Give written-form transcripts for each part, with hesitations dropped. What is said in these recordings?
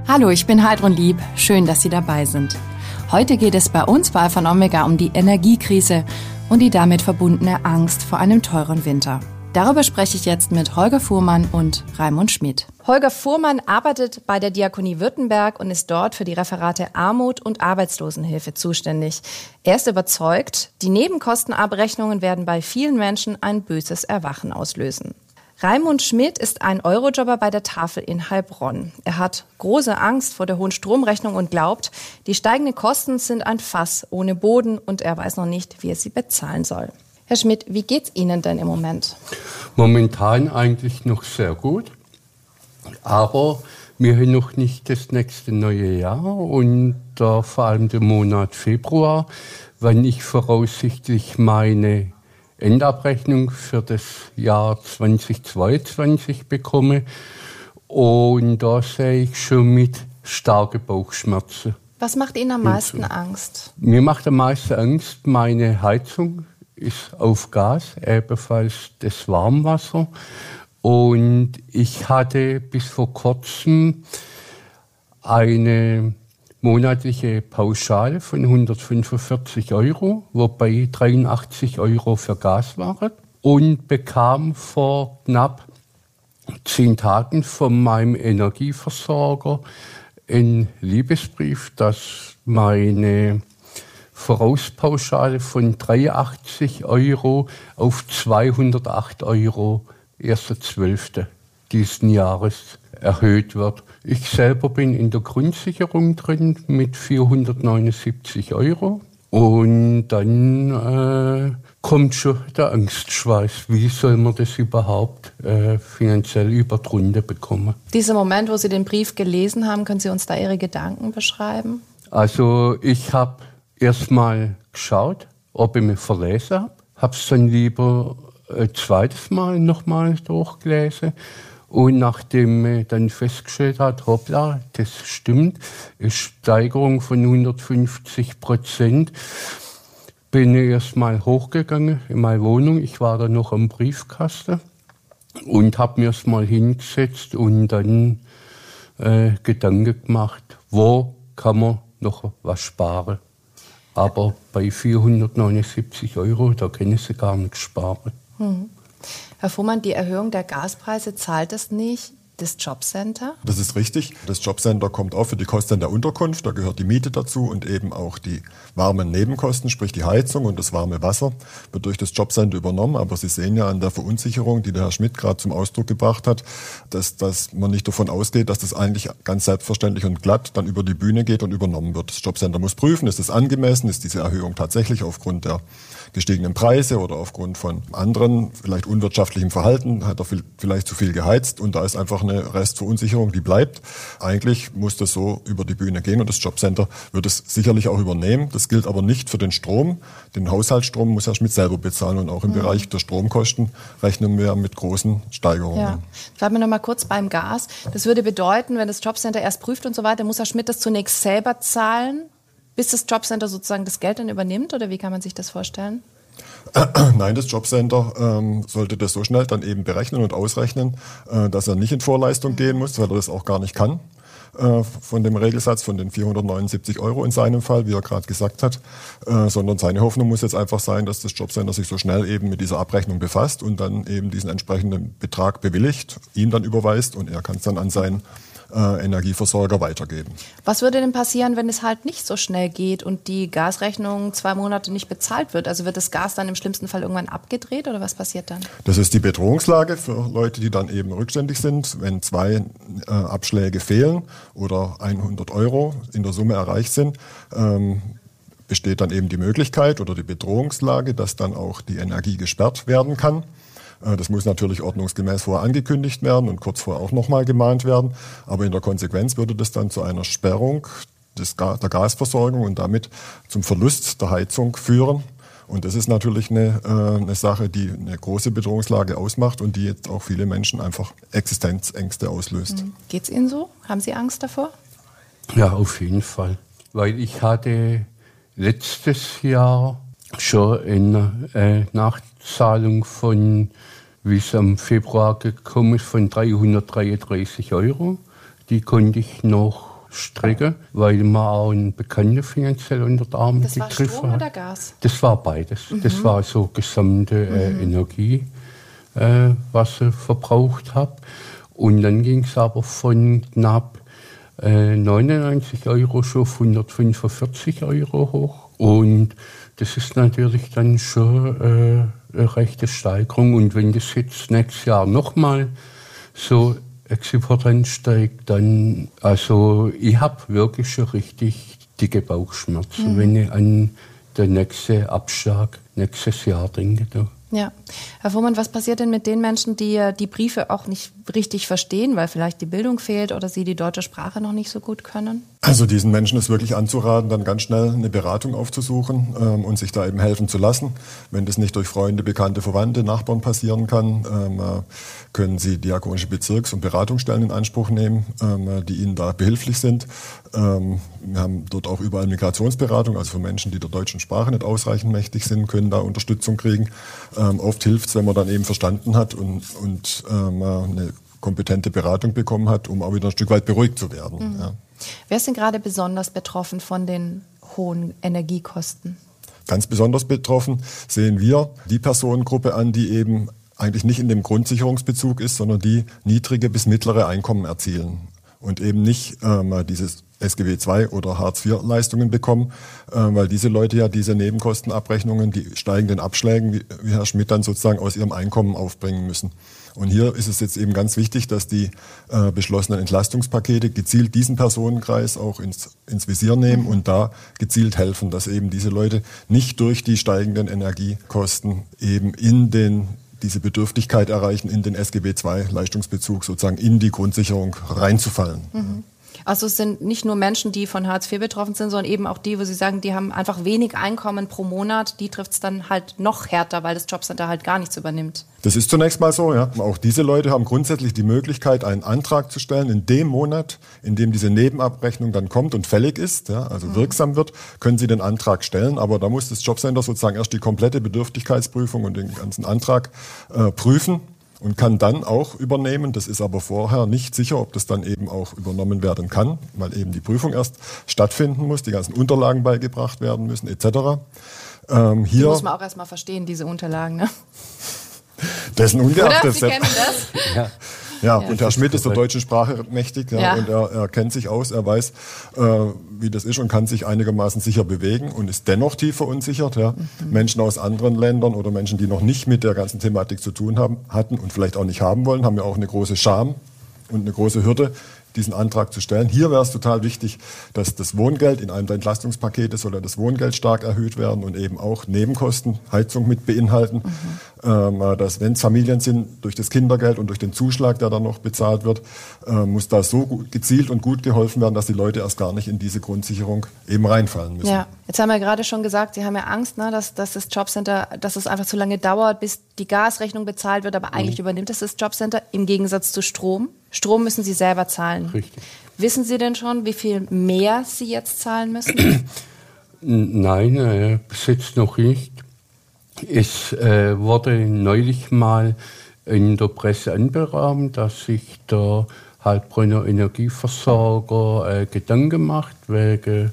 Hallo, ich bin Heidrun Lieb. Schön, dass Sie dabei sind. Heute geht es bei uns bei Alpha und Omega um die Energiekrise und die damit verbundene Angst vor einem teuren Winter. Darüber spreche ich jetzt mit Holger Fuhrmann und Raimund Schmidt. Holger Fuhrmann arbeitet bei der Diakonie Württemberg und ist dort für die Referate Armut und Arbeitslosenhilfe zuständig. Er ist überzeugt, die Nebenkostenabrechnungen werden bei vielen Menschen ein böses Erwachen auslösen. Raimund Schmidt ist ein Eurojobber bei der Tafel in Heilbronn. Er hat große Angst vor der hohen Stromrechnung und glaubt, die steigenden Kosten sind ein Fass ohne Boden und er weiß noch nicht, wie er sie bezahlen soll. Herr Schmidt, wie geht's Ihnen denn im Moment? Momentan eigentlich noch sehr gut, aber wir haben noch nicht das nächste neue Jahr und vor allem den Monat Februar, wenn ich voraussichtlich meine Endabrechnung für das Jahr 2022 bekomme. Und da sehe ich schon mit starken Bauchschmerzen. Was macht Ihnen am meisten Angst? Mir macht am meisten Angst, meine Heizung ist auf Gas, ebenfalls das Warmwasser. Und ich hatte bis vor kurzem eine monatliche Pauschale von 145 €, wobei 83 € für Gas waren. Und bekam vor knapp 10 Tagen von meinem Energieversorger einen Liebesbrief, dass meine Vorauspauschale von 83 € auf 208 € 1.12. diesen Jahres erhöht wird. Ich selber bin in der Grundsicherung drin mit 479 € und dann kommt schon der Angstschweiß. Wie soll man das überhaupt finanziell über die Runde bekommen? Dieser Moment, wo Sie den Brief gelesen haben, können Sie uns da Ihre Gedanken beschreiben? Also ich habe erst mal geschaut, ob ich mich verlesen habe. Habe es dann lieber ein zweites Mal nochmal durchgelesen. Und nachdem ich dann festgestellt hat, hoppla, das stimmt, eine Steigerung von 150%, bin ich erst mal hochgegangen in meine Wohnung. Ich war da noch am Briefkasten und habe mir erst mal hingesetzt und dann Gedanken gemacht, wo kann man noch was sparen. Aber bei 479 €, da können Sie gar nichts sparen. Herr Fuhrmann, die Erhöhung der Gaspreise zahlt es nicht das Jobcenter? Das ist richtig. Das Jobcenter kommt auch für die Kosten der Unterkunft. Da gehört die Miete dazu und eben auch die warmen Nebenkosten, sprich die Heizung und das warme Wasser, wird durch das Jobcenter übernommen. Aber Sie sehen ja an der Verunsicherung, die der Herr Schmidt gerade zum Ausdruck gebracht hat, dass man nicht davon ausgeht, dass das eigentlich ganz selbstverständlich und glatt dann über die Bühne geht und übernommen wird. Das Jobcenter muss prüfen, ist es angemessen, ist diese Erhöhung tatsächlich aufgrund der gestiegenen Preise oder aufgrund von anderen, vielleicht unwirtschaftlichem Verhalten, hat er vielleicht zu viel geheizt und da ist einfach eine Restverunsicherung, die bleibt. Eigentlich muss das so über die Bühne gehen und das Jobcenter wird es sicherlich auch übernehmen. Das gilt aber nicht für den Strom. Den Haushaltsstrom muss Herr Schmidt selber bezahlen und auch im Bereich der Stromkosten rechnen wir mit großen Steigerungen. Ja. Bleiben wir noch mal kurz beim Gas. Das würde bedeuten, wenn das Jobcenter erst prüft und so weiter, muss Herr Schmidt das zunächst selber zahlen, bis das Jobcenter sozusagen das Geld dann übernimmt? Oder wie kann man sich das vorstellen? Nein, das Jobcenter sollte das so schnell dann eben berechnen und ausrechnen, dass er nicht in Vorleistung gehen muss, weil er das auch gar nicht kann. Von dem Regelsatz von den 479 € in seinem Fall, wie er gerade gesagt hat, sondern seine Hoffnung muss jetzt einfach sein, dass das Jobcenter sich so schnell eben mit dieser Abrechnung befasst und dann eben diesen entsprechenden Betrag bewilligt, ihm dann überweist und er kann es dann an seinen Energieversorger weitergeben. Was würde denn passieren, wenn es halt nicht so schnell geht und die Gasrechnung 2 Monate nicht bezahlt wird? Also wird das Gas dann im schlimmsten Fall irgendwann abgedreht oder was passiert dann? Das ist die Bedrohungslage für Leute, die dann eben rückständig sind. Wenn 2 Abschläge fehlen oder 100 € in der Summe erreicht sind, besteht dann eben die Möglichkeit oder die Bedrohungslage, dass dann auch die Energie gesperrt werden kann. Das muss natürlich ordnungsgemäß vorher angekündigt werden und kurz vorher auch nochmal gemahnt werden. Aber in der Konsequenz würde das dann zu einer Sperrung der Gasversorgung und damit zum Verlust der Heizung führen. Und das ist natürlich eine Sache, die eine große Bedrohungslage ausmacht und die jetzt auch viele Menschen einfach Existenzängste auslöst. Geht's Ihnen so? Haben Sie Angst davor? Ja, auf jeden Fall. Weil ich hatte letztes Jahr schon eine Nachzahlung von, wie es am Februar gekommen ist, von 333 €. Die konnte ich noch Strecke, weil man auch einen Bekannten finanziell unter den Arm gegriffen hat. Das war Strom oder Gas? Das war beides. Das war so gesamte Energie, was ich verbraucht habe. Und dann ging es aber von knapp 99 Euro schon auf 145 Euro hoch. Und das ist natürlich dann schon eine rechte Steigerung. Und wenn das jetzt nächstes Jahr nochmal so exorbitant steigt, dann, also ich habe wirklich schon richtig dicke Bauchschmerzen, wenn ich an den nächsten Abschlag nächstes Jahr denke. Da. Ja. Herr Fuhrmann, was passiert denn mit den Menschen, die die Briefe auch nicht richtig verstehen, weil vielleicht die Bildung fehlt oder sie die deutsche Sprache noch nicht so gut können? Also diesen Menschen ist wirklich anzuraten, dann ganz schnell eine Beratung aufzusuchen und sich da eben helfen zu lassen. Wenn das nicht durch Freunde, Bekannte, Verwandte, Nachbarn passieren kann, können Sie diakonische Bezirks- und Beratungsstellen in Anspruch nehmen, die Ihnen da behilflich sind. Wir haben dort auch überall Migrationsberatung, also für Menschen, die der deutschen Sprache nicht ausreichend mächtig sind, können da Unterstützung kriegen. Oft hilft es, wenn man dann eben verstanden hat und eine kompetente Beratung bekommen hat, um auch wieder ein Stück weit beruhigt zu werden. Ja. Wer ist denn gerade besonders betroffen von den hohen Energiekosten? Ganz besonders betroffen sehen wir die Personengruppe an, die eben eigentlich nicht in dem Grundsicherungsbezug ist, sondern die niedrige bis mittlere Einkommen erzielen und eben nicht dieses SGB II oder Hartz-IV-Leistungen bekommen, weil diese Leute ja diese Nebenkostenabrechnungen, die steigenden Abschlägen, wie Herr Schmidt dann sozusagen aus ihrem Einkommen aufbringen müssen. Und hier ist es jetzt eben ganz wichtig, dass die beschlossenen Entlastungspakete gezielt diesen Personenkreis auch ins Visier nehmen und da gezielt helfen, dass eben diese Leute nicht durch die steigenden Energiekosten eben diese Bedürftigkeit erreichen, in den SGB II Leistungsbezug sozusagen in die Grundsicherung reinzufallen. Mhm. Also es sind nicht nur Menschen, die von Hartz IV betroffen sind, sondern eben auch die, wo Sie sagen, die haben einfach wenig Einkommen pro Monat. Die trifft es dann halt noch härter, weil das Jobcenter halt gar nichts übernimmt. Das ist zunächst mal so, ja. Auch diese Leute haben grundsätzlich die Möglichkeit, einen Antrag zu stellen in dem Monat, in dem diese Nebenabrechnung dann kommt und fällig ist, ja, also wirksam wird, können Sie den Antrag stellen. Aber da muss das Jobcenter sozusagen erst die komplette Bedürftigkeitsprüfung und den ganzen Antrag prüfen. Und kann dann auch übernehmen. Das ist aber vorher nicht sicher, ob das dann eben auch übernommen werden kann, weil eben die Prüfung erst stattfinden muss, die ganzen Unterlagen beigebracht werden müssen, etc. Die muss man auch erstmal verstehen, diese Unterlagen, ne? Dessen ungeachtet. Oder? Sie kennen das? Ja, und Herr Schmidt ist der deutschen Sprache mächtig, ja. Und er kennt sich aus, er weiß, wie das ist und kann sich einigermaßen sicher bewegen und ist dennoch tief verunsichert. Ja. Menschen aus anderen Ländern oder Menschen, die noch nicht mit der ganzen Thematik zu tun hatten und vielleicht auch nicht haben wollen, haben ja auch eine große Scham und eine große Hürde, diesen Antrag zu stellen. Hier wäre es total wichtig, dass das Wohngeld, in einem der Entlastungspakete soll ja das Wohngeld stark erhöht werden und eben auch Nebenkosten, Heizung mit beinhalten, dass wenn es Familien sind, durch das Kindergeld und durch den Zuschlag, der dann noch bezahlt wird, muss da so gezielt und gut geholfen werden, dass die Leute erst gar nicht in diese Grundsicherung eben reinfallen müssen. Ja, jetzt haben wir gerade schon gesagt, Sie haben ja Angst, ne, dass das Jobcenter, dass es einfach zu lange dauert, bis die Gasrechnung bezahlt wird, aber eigentlich übernimmt das Jobcenter im Gegensatz zu Strom. Strom müssen Sie selber zahlen. Richtig. Wissen Sie denn schon, wie viel mehr Sie jetzt zahlen müssen? Nein, bis jetzt noch nicht. Es wurde neulich mal in der Presse anberaumt, dass sich der Heilbronner Energieversorger Gedanken macht wegen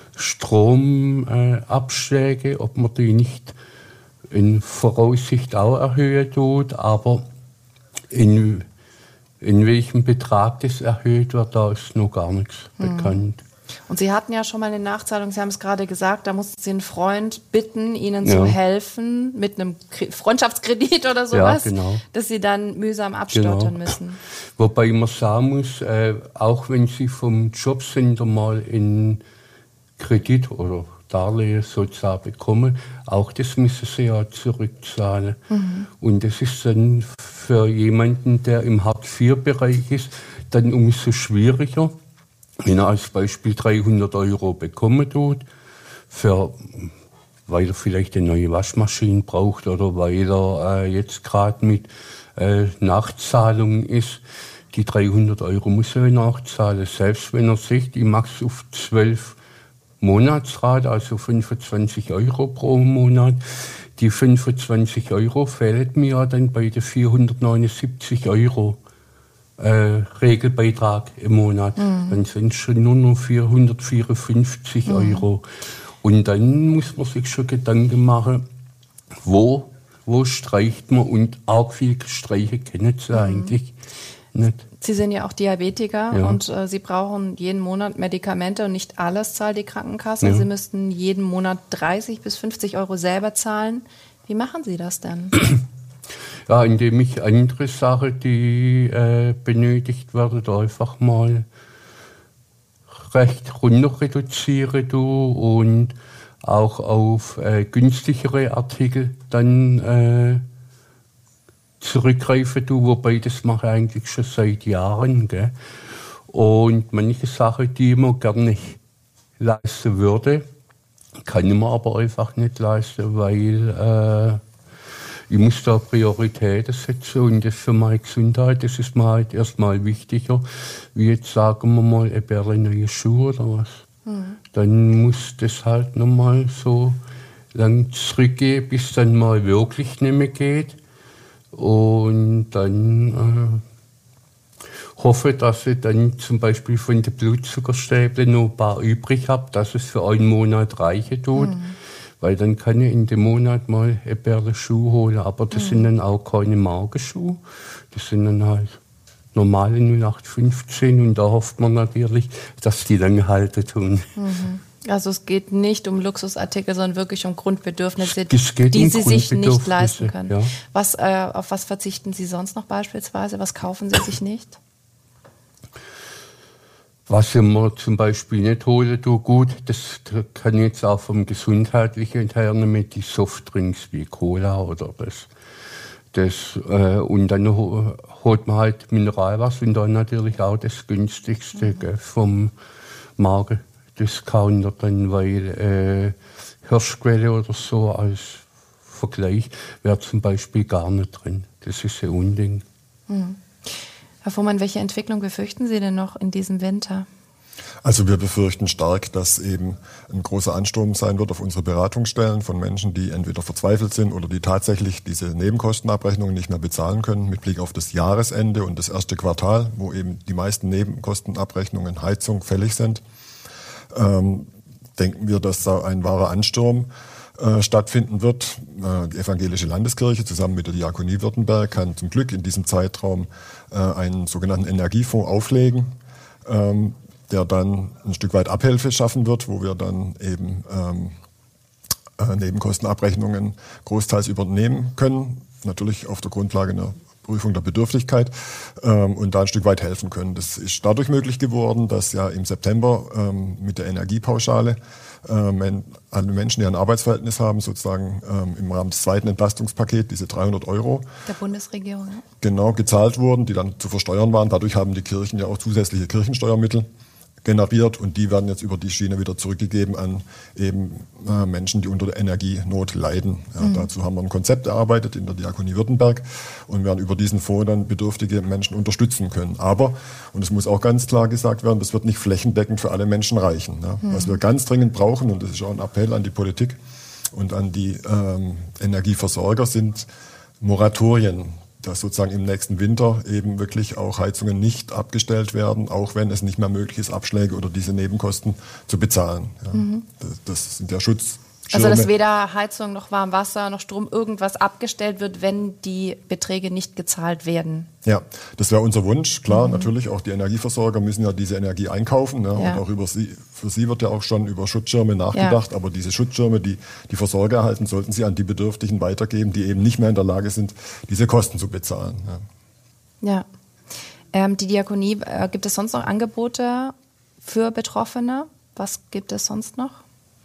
Stromabschläge, ob man die nicht in Voraussicht auch erhöhen tut, aber in welchem Betrag das erhöht wird, da ist noch gar nichts bekannt. Und Sie hatten ja schon mal eine Nachzahlung, Sie haben es gerade gesagt, da mussten Sie einen Freund bitten, Ihnen zu helfen mit einem Freundschaftskredit oder sowas, dass Sie dann mühsam abstottern müssen. Wobei man sagen muss, auch wenn Sie vom Jobcenter mal in Kredit oder Darlehen sozusagen bekommen, auch das müssen Sie ja zurückzahlen. Und das ist dann für jemanden, der im Hartz-IV-Bereich ist, dann umso schwieriger, wenn er als Beispiel 300 Euro bekommen tut, weil er vielleicht eine neue Waschmaschine braucht oder weil er jetzt gerade mit Nachzahlung ist. Die 300 Euro muss er nachzahlen, selbst wenn er sagt, ich mache es auf 12 Monatsrate, also 25 Euro pro Monat. Die 25 Euro fehlen mir dann bei den 479 Euro Regelbeitrag im Monat. Dann sind es schon nur noch 454 Euro. Und dann muss man sich schon Gedanken machen, wo streicht man, und arg viel Streiche kennen sie eigentlich nicht. Sie sind ja auch Diabetiker und Sie brauchen jeden Monat Medikamente und nicht alles zahlt die Krankenkasse. Ja. Sie müssten jeden Monat 30 bis 50 Euro selber zahlen. Wie machen Sie das denn? Ja, indem ich andere Sachen, die benötigt werden, einfach mal recht runter reduziere und auch auf günstigere Artikel dann zurückgreife, wobei das mache ich eigentlich schon seit Jahren. Gell? Und manche Sachen, die man gerne leisten würde, kann ich mir aber einfach nicht leisten, weil ich muss da Prioritäten setzen und das für meine Gesundheit, das ist mir halt erstmal wichtiger, wie jetzt sagen wir mal ein paar neue Schuhe oder was. Dann muss das halt nochmal so lang zurückgehen, bis dann mal wirklich nicht mehr geht. Und dann hoffe, dass ich dann zum Beispiel von den Blutzuckerstäbchen noch ein paar übrig habe, dass es für einen Monat reichen tut. Weil dann kann ich in dem Monat mal ein paar Schuhe holen. Aber das sind dann auch keine Markenschuhe. Das sind dann halt normale 0815 und da hofft man natürlich, dass die lange halten tun. Also es geht nicht um Luxusartikel, sondern wirklich um Grundbedürfnisse, die Sie sich nicht leisten können. Ja. Auf was verzichten Sie sonst noch beispielsweise? Was kaufen Sie sich nicht? Was ich mir zum Beispiel nicht hole, gut, das kann jetzt auch vom Gesundheitlichen her mit die Softdrinks wie Cola oder das. Und dann holt man halt Mineralwasser und dann natürlich auch das günstigste vom Marken-Discounter, dann, weil Hirschquelle oder so als Vergleich wäre zum Beispiel gar nicht drin. Das ist ein Unding. Herr Fuhrmann, welche Entwicklung befürchten Sie denn noch in diesem Winter? Also wir befürchten stark, dass eben ein großer Ansturm sein wird auf unsere Beratungsstellen von Menschen, die entweder verzweifelt sind oder die tatsächlich diese Nebenkostenabrechnungen nicht mehr bezahlen können mit Blick auf das Jahresende und das erste Quartal, wo eben die meisten Nebenkostenabrechnungen Heizung fällig sind. Denken wir, dass da ein wahrer Ansturm stattfinden wird. Die Evangelische Landeskirche zusammen mit der Diakonie Württemberg kann zum Glück in diesem Zeitraum einen sogenannten Energiefonds auflegen, der dann ein Stück weit Abhilfe schaffen wird, wo wir dann eben Nebenkostenabrechnungen großteils übernehmen können, natürlich auf der Grundlage einer Prüfung der Bedürftigkeit und da ein Stück weit helfen können. Das ist dadurch möglich geworden, dass ja im September mit der Energiepauschale alle Menschen, die ein Arbeitsverhältnis haben, sozusagen im Rahmen des zweiten Entlastungspakets, diese 300 Euro der Bundesregierung, genau gezahlt wurden, die dann zu versteuern waren. Dadurch haben die Kirchen ja auch zusätzliche Kirchensteuermittel generiert und die werden jetzt über die Schiene wieder zurückgegeben an eben Menschen, die unter der Energienot leiden. Ja, dazu haben wir ein Konzept erarbeitet in der Diakonie Württemberg und werden über diesen Fonds dann bedürftige Menschen unterstützen können. Aber, und es muss auch ganz klar gesagt werden, das wird nicht flächendeckend für alle Menschen reichen. Ja. Was wir ganz dringend brauchen, und das ist auch ein Appell an die Politik und an die Energieversorger, sind Moratorien, dass sozusagen im nächsten Winter eben wirklich auch Heizungen nicht abgestellt werden, auch wenn es nicht mehr möglich ist, Abschläge oder diese Nebenkosten zu bezahlen. Ja. Das sind ja Schutzschirme. Also dass weder Heizung noch Warmwasser noch Strom irgendwas abgestellt wird, wenn die Beträge nicht gezahlt werden. Ja, das wäre unser Wunsch. Klar, natürlich auch die Energieversorger müssen ja diese Energie einkaufen. Ne? Ja. Und auch für sie wird ja auch schon über Schutzschirme nachgedacht. Ja. Aber diese Schutzschirme, die die Versorger erhalten, sollten sie an die Bedürftigen weitergeben, die eben nicht mehr in der Lage sind, diese Kosten zu bezahlen. Ja. Die Diakonie, gibt es sonst noch Angebote für Betroffene? Was gibt es sonst noch?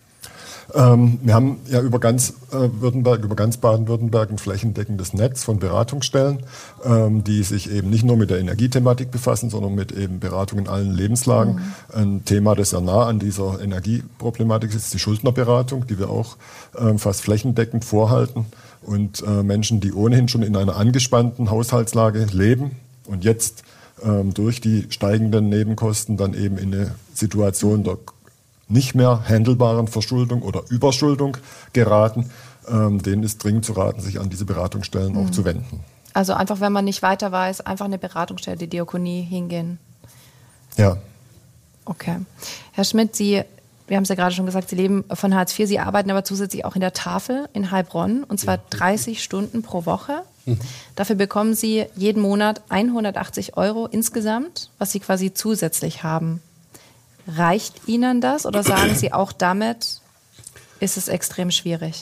Wir haben ja über ganz Baden-Württemberg ein flächendeckendes Netz von Beratungsstellen, die sich eben nicht nur mit der Energiethematik befassen, sondern mit eben Beratung in allen Lebenslagen. Ein Thema, das ja nah an dieser Energieproblematik ist, die Schuldnerberatung, die wir auch fast flächendeckend vorhalten. Und Menschen, die ohnehin schon in einer angespannten Haushaltslage leben und jetzt durch die steigenden Nebenkosten dann eben in eine Situation der nicht mehr handelbaren Verschuldung oder Überschuldung geraten, denen ist dringend zu raten, sich an diese Beratungsstellen auch zu wenden. Also einfach, wenn man nicht weiter weiß, einfach eine Beratungsstelle, die Diakonie hingehen. Ja. Okay. Herr Schmidt, wir haben es ja gerade schon gesagt, Sie leben von Hartz IV, Sie arbeiten aber zusätzlich auch in der Tafel in Heilbronn und zwar 30 Stunden pro Woche. Dafür bekommen Sie jeden Monat 180 € insgesamt, was Sie quasi zusätzlich haben. Reicht Ihnen das oder sagen Sie auch damit, ist es extrem schwierig?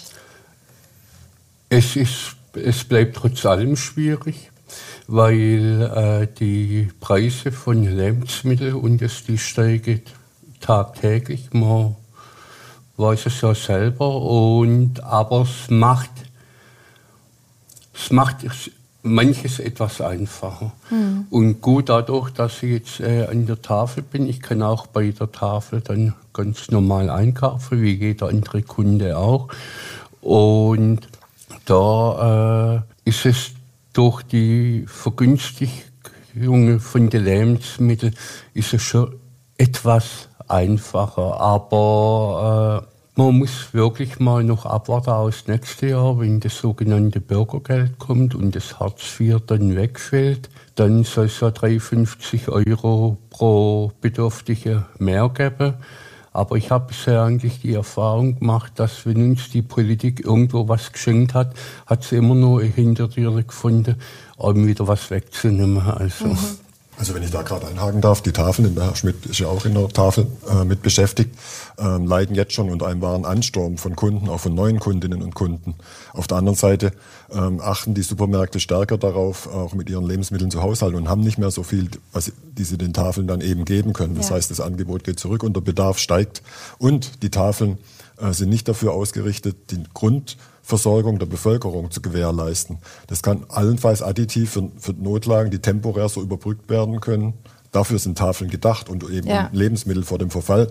Es bleibt trotz allem schwierig, weil die Preise von Lebensmitteln und die steigen tagtäglich. Man weiß es ja selber. Aber es macht manches etwas einfacher. Und gut dadurch, dass ich jetzt an der Tafel bin, ich kann auch bei der Tafel dann ganz normal einkaufen, wie jeder andere Kunde auch. Und da ist es durch die Vergünstigung von den Lebensmitteln ist es schon etwas einfacher. Aber man muss wirklich mal noch abwarten aus nächstes Jahr, wenn das sogenannte Bürgergeld kommt und das Hartz IV dann wegfällt. Dann soll es ja 53 € pro Bedürftige mehr geben. Aber ich habe bisher eigentlich die Erfahrung gemacht, dass wenn uns die Politik irgendwo was geschenkt hat, hat sie immer nur eine Hintertür gefunden, um wieder was wegzunehmen. Also wenn ich da gerade einhaken darf, die Tafeln, der Herr Schmidt ist ja auch in der Tafel mit beschäftigt, leiden jetzt schon unter einem wahren Ansturm von Kunden, auch von neuen Kundinnen und Kunden. Auf der anderen Seite achten die Supermärkte stärker darauf, auch mit ihren Lebensmitteln zu haushalten und haben nicht mehr so viel, die sie den Tafeln dann eben geben können. Das heißt, das Angebot geht zurück und der Bedarf steigt. Und die Tafeln sind nicht dafür ausgerichtet, die Grundversorgung der Bevölkerung zu gewährleisten. Das kann allenfalls additiv für Notlagen, die temporär so überbrückt werden können. Dafür sind Tafeln gedacht und eben Lebensmittel vor dem Verfall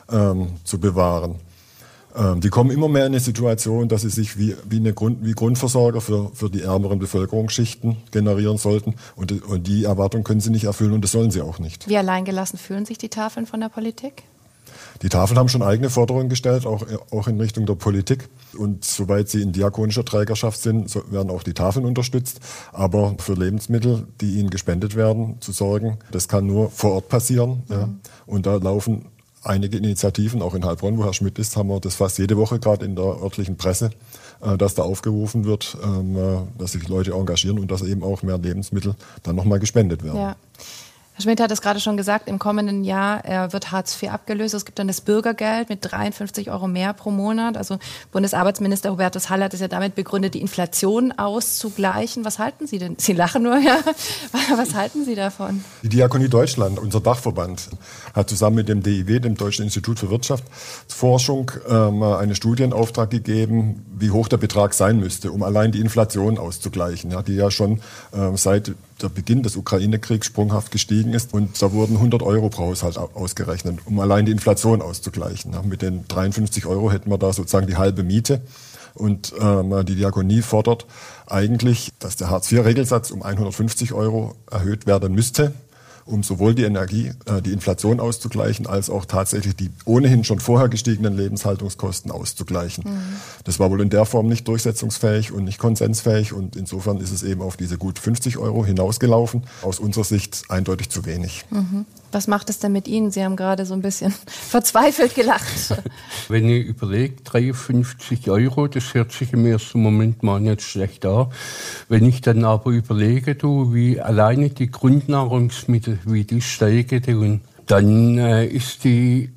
zu bewahren. Die kommen immer mehr in eine Situation, dass sie sich wie Grundversorger für die ärmeren Bevölkerungsschichten generieren sollten. Und die Erwartung können sie nicht erfüllen und das sollen sie auch nicht. Wie alleingelassen fühlen sich die Tafeln von der Politik? Die Tafeln haben schon eigene Forderungen gestellt, auch in Richtung der Politik. Und soweit sie in diakonischer Trägerschaft sind, werden auch die Tafeln unterstützt. Aber für Lebensmittel, die ihnen gespendet werden, zu sorgen, das kann nur vor Ort passieren. Ja. Und da laufen einige Initiativen, auch in Heilbronn, wo Herr Schmidt ist, haben wir das fast jede Woche gerade in der örtlichen Presse, dass da aufgerufen wird, dass sich Leute engagieren und dass eben auch mehr Lebensmittel dann nochmal gespendet werden. Ja. Herr Schmidt hat es gerade schon gesagt, im kommenden Jahr wird Hartz IV abgelöst. Es gibt dann das Bürgergeld mit 53 € mehr pro Monat. Also Bundesarbeitsminister Hubertus Heil hat es ja damit begründet, die Inflation auszugleichen. Was halten Sie denn? Sie lachen nur, ja. Was halten Sie davon? Die Diakonie Deutschland, unser Dachverband, hat zusammen mit dem DIW, dem Deutschen Institut für Wirtschaftsforschung, einen Studienauftrag gegeben, wie hoch der Betrag sein müsste, um allein die Inflation auszugleichen, die ja schon seit der Beginn des Ukraine-Kriegs sprunghaft gestiegen ist. Und da wurden 100 € pro Haushalt ausgerechnet, um allein die Inflation auszugleichen. Mit den 53 € hätten wir da sozusagen die halbe Miete. Und die Diakonie fordert eigentlich, dass der Hartz-IV-Regelsatz um 150 € erhöht werden müsste, um sowohl die Inflation auszugleichen, als auch tatsächlich die ohnehin schon vorher gestiegenen Lebenshaltungskosten auszugleichen. Das war wohl in der Form nicht durchsetzungsfähig und nicht konsensfähig und insofern ist es eben auf diese gut 50 € hinausgelaufen. Aus unserer Sicht eindeutig zu wenig. Was macht es denn mit Ihnen? Sie haben gerade so ein bisschen verzweifelt gelacht. Wenn ich überlege, 53 €, das hört sich im ersten Moment mal nicht schlecht an. Wenn ich dann aber überlege, wie alleine die Grundnahrungsmittel, wie die steigen, dann ist die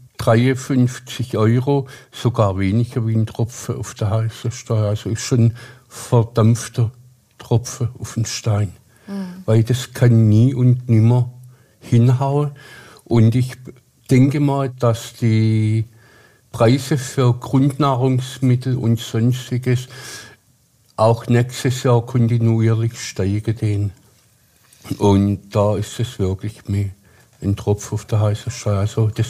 53 € sogar weniger wie ein Tropfen auf der heißen Stein. Also ist schon ein verdampfter Tropfen auf den Stein. Weil das kann nie und nimmer hinhauen. Und ich denke mal, dass die Preise für Grundnahrungsmittel und Sonstiges auch nächstes Jahr kontinuierlich steigen. Und da ist es wirklich mehr ein Tropfen auf der heißen Stein. Also das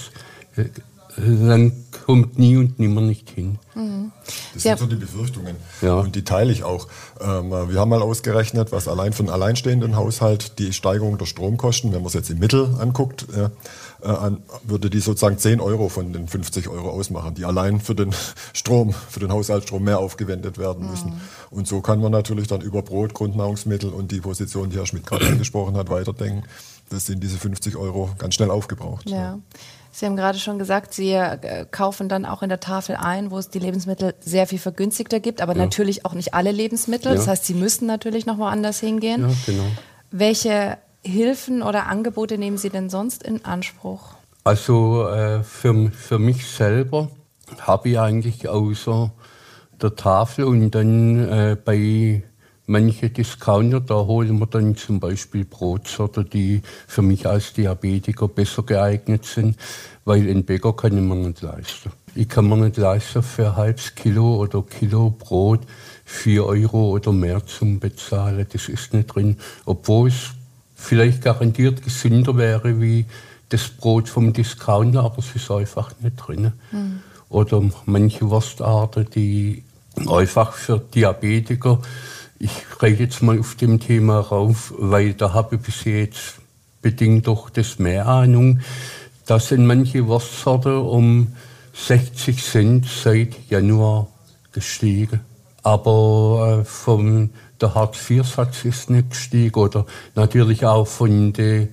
dann kommt nie und nimmer nicht hin. Das sind so die Befürchtungen. Ja. Und die teile ich auch. Wir haben mal ausgerechnet, was allein für einen alleinstehenden Haushalt die Steigerung der Stromkosten, wenn man es jetzt im Mittel anguckt, würde die sozusagen 10 Euro von den 50 Euro ausmachen, die allein für den Strom, für den Haushaltsstrom mehr aufgewendet werden müssen. Und so kann man natürlich dann über Brot, Grundnahrungsmittel und die Position, die Herr Schmidt gerade angesprochen hat, weiterdenken. Das sind diese 50 Euro ganz schnell aufgebraucht. Ja. Sie haben gerade schon gesagt, Sie kaufen dann auch in der Tafel ein, wo es die Lebensmittel sehr viel vergünstigter gibt, aber natürlich auch nicht alle Lebensmittel. Das heißt, Sie müssen natürlich noch woanders hingehen. Ja, genau. Welche Hilfen oder Angebote nehmen Sie denn sonst in Anspruch? Also für mich selber habe ich eigentlich außer der Tafel und dann bei manche Discounter, da holen wir dann zum Beispiel Brotsorten, die für mich als Diabetiker besser geeignet sind, weil einen Bäcker kann ich mir nicht leisten. Ich kann mir nicht leisten, für ein halbes Kilo oder Kilo Brot 4 Euro oder mehr zum Bezahlen. Das ist nicht drin, obwohl es vielleicht garantiert gesünder wäre wie das Brot vom Discounter, aber es ist einfach nicht drin. Oder manche Wurstarten, die einfach für Diabetiker, ich rede jetzt mal auf dem Thema rauf, weil da habe ich bis jetzt bedingt durch das mehr Ahnung. Da sind manche Wurstsorten um 60 Cent seit Januar gestiegen. Aber der Hartz-IV-Satz ist nicht gestiegen. Oder natürlich auch von der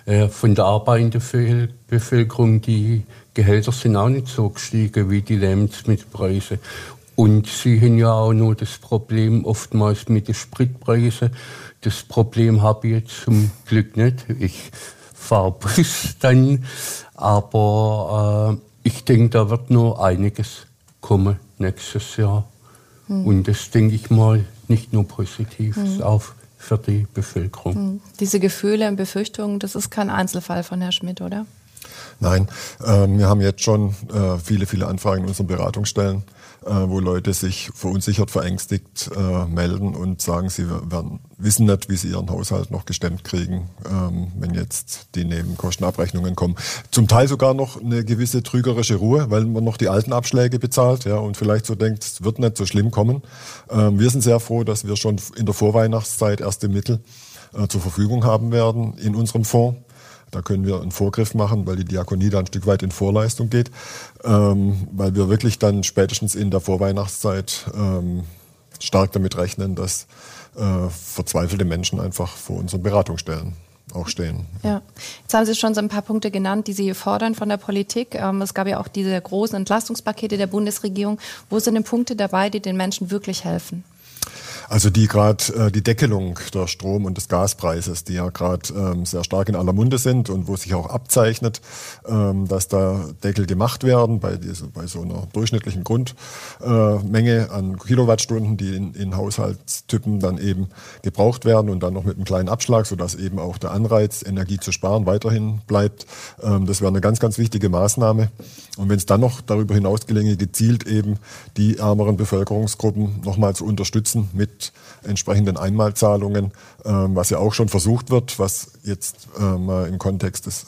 arbeitenden Bevölkerung, die Gehälter sind auch nicht so gestiegen wie die Lebensmittelpreise. Und sie haben ja auch noch das Problem oftmals mit den Spritpreisen. Das Problem habe ich jetzt zum Glück nicht. Ich fahre Bus dann. Aber ich denke, da wird noch einiges kommen nächstes Jahr. Und das denke ich mal nicht nur positiv, auch für die Bevölkerung. Diese Gefühle und Befürchtungen, das ist kein Einzelfall von Herrn Schmidt, oder? Nein, wir haben jetzt schon viele Anfragen in unseren Beratungsstellen, wo Leute sich verunsichert, verängstigt melden und sagen, sie wissen nicht, wie sie ihren Haushalt noch gestemmt kriegen, wenn jetzt die Nebenkostenabrechnungen kommen. Zum Teil sogar noch eine gewisse trügerische Ruhe, weil man noch die alten Abschläge bezahlt, ja, und vielleicht so denkt, es wird nicht so schlimm kommen. Wir sind sehr froh, dass wir schon in der Vorweihnachtszeit erste Mittel zur Verfügung haben werden in unserem Fonds. Da können wir einen Vorgriff machen, weil die Diakonie da ein Stück weit in Vorleistung geht, weil wir wirklich dann spätestens in der Vorweihnachtszeit stark damit rechnen, dass verzweifelte Menschen einfach vor unseren Beratungsstellen auch stehen. Ja, jetzt haben Sie schon so ein paar Punkte genannt, die Sie fordern von der Politik. Es gab ja auch diese großen Entlastungspakete der Bundesregierung. Wo sind denn Punkte dabei, die den Menschen wirklich helfen? Also die Deckelung der Strom- und des Gaspreises, die ja gerade sehr stark in aller Munde sind und wo sich auch abzeichnet, dass da Deckel gemacht werden bei so einer durchschnittlichen Grundmenge an Kilowattstunden, die in Haushaltstypen dann eben gebraucht werden und dann noch mit einem kleinen Abschlag, sodass eben auch der Anreiz, Energie zu sparen, weiterhin bleibt. Das wäre eine ganz, ganz wichtige Maßnahme. Und wenn es dann noch darüber hinaus gelänge, gezielt eben die ärmeren Bevölkerungsgruppen nochmal zu unterstützen mit entsprechenden Einmalzahlungen, was ja auch schon versucht wird, was jetzt im Kontext des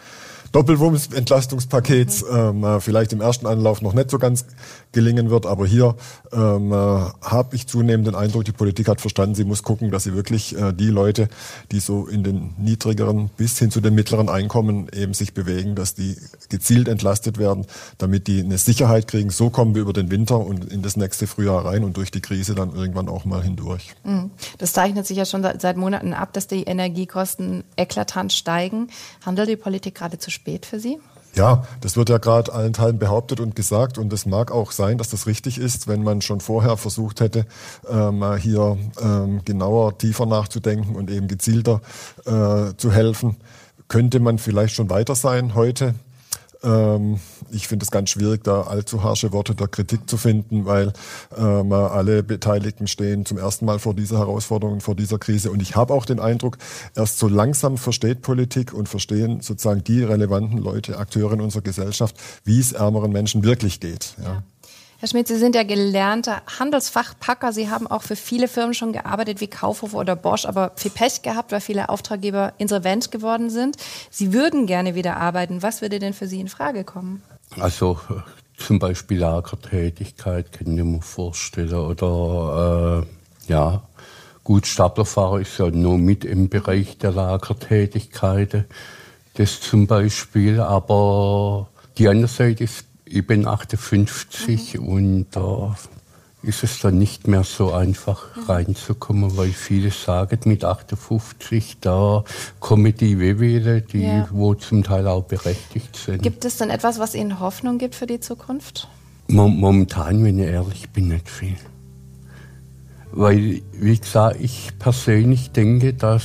Doppelwumms-Entlastungspakets vielleicht im ersten Anlauf noch nicht so ganz gelingen wird. Aber hier habe ich zunehmend den Eindruck, die Politik hat verstanden, sie muss gucken, dass sie wirklich die Leute, die so in den niedrigeren bis hin zu den mittleren Einkommen eben sich bewegen, dass die gezielt entlastet werden, damit die eine Sicherheit kriegen. So kommen wir über den Winter und in das nächste Frühjahr rein und durch die Krise dann irgendwann auch mal hindurch. Das zeichnet sich ja schon seit Monaten ab, dass die Energiekosten eklatant steigen. Handelt die Politik gerade zu spät für Sie? Ja, das wird ja gerade allenthalben behauptet und gesagt und es mag auch sein, dass das richtig ist, wenn man schon vorher versucht hätte, hier genauer, tiefer nachzudenken und eben gezielter zu helfen. Könnte man vielleicht schon weiter sein heute? Ich finde es ganz schwierig, da allzu harsche Worte der Kritik zu finden, weil alle Beteiligten stehen zum ersten Mal vor dieser Herausforderung, vor dieser Krise. Und ich habe auch den Eindruck, erst so langsam versteht Politik und verstehen sozusagen die relevanten Leute, Akteure in unserer Gesellschaft, wie es ärmeren Menschen wirklich geht. Ja. Herr Schmidt, Sie sind ja gelernter Handelsfachpacker. Sie haben auch für viele Firmen schon gearbeitet, wie Kaufhof oder Bosch, aber viel Pech gehabt, weil viele Auftraggeber insolvent geworden sind. Sie würden gerne wieder arbeiten. Was würde denn für Sie in Frage kommen? Also zum Beispiel Lagertätigkeit kann ich mir vorstellen. Oder gut, Staplerfahrer ist ja nur mit im Bereich der Lagertätigkeiten. Das zum Beispiel, aber die andere Seite ist, ich bin 58 und da ist es dann nicht mehr so einfach reinzukommen, weil viele sagen, mit 58, da kommen die Wehwehchen, wo zum Teil auch berechtigt sind. Gibt es denn etwas, was Ihnen Hoffnung gibt für die Zukunft? Momentan, wenn ich ehrlich bin, nicht viel. Weil, wie gesagt, ich persönlich denke, dass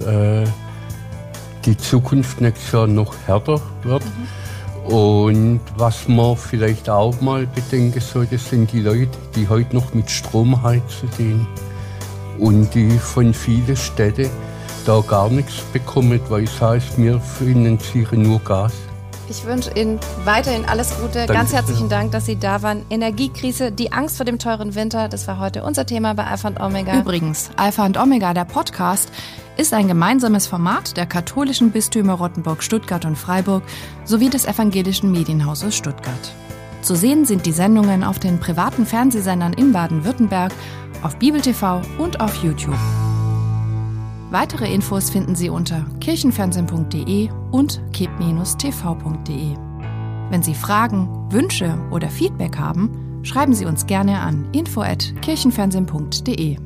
die Zukunft nächstes Jahr noch härter wird. Und was man vielleicht auch mal bedenken sollte, sind die Leute, die heute noch mit Strom heizen und die von vielen Städten da gar nichts bekommen, weil es heißt, wir finanzieren nur Gas. Ich wünsche Ihnen weiterhin alles Gute. Danke. Ganz herzlichen Dank, dass Sie da waren. Energiekrise, die Angst vor dem teuren Winter, das war heute unser Thema bei Alpha und Omega. Übrigens, Alpha und Omega, der Podcast, ist ein gemeinsames Format der katholischen Bistümer Rottenburg, Stuttgart und Freiburg sowie des evangelischen Medienhauses Stuttgart. Zu sehen sind die Sendungen auf den privaten Fernsehsendern in Baden-Württemberg, auf Bibel TV und auf YouTube. Weitere Infos finden Sie unter kirchenfernsehen.de und kip-tv.de. Wenn Sie Fragen, Wünsche oder Feedback haben, schreiben Sie uns gerne an info@kirchenfernsehen.de.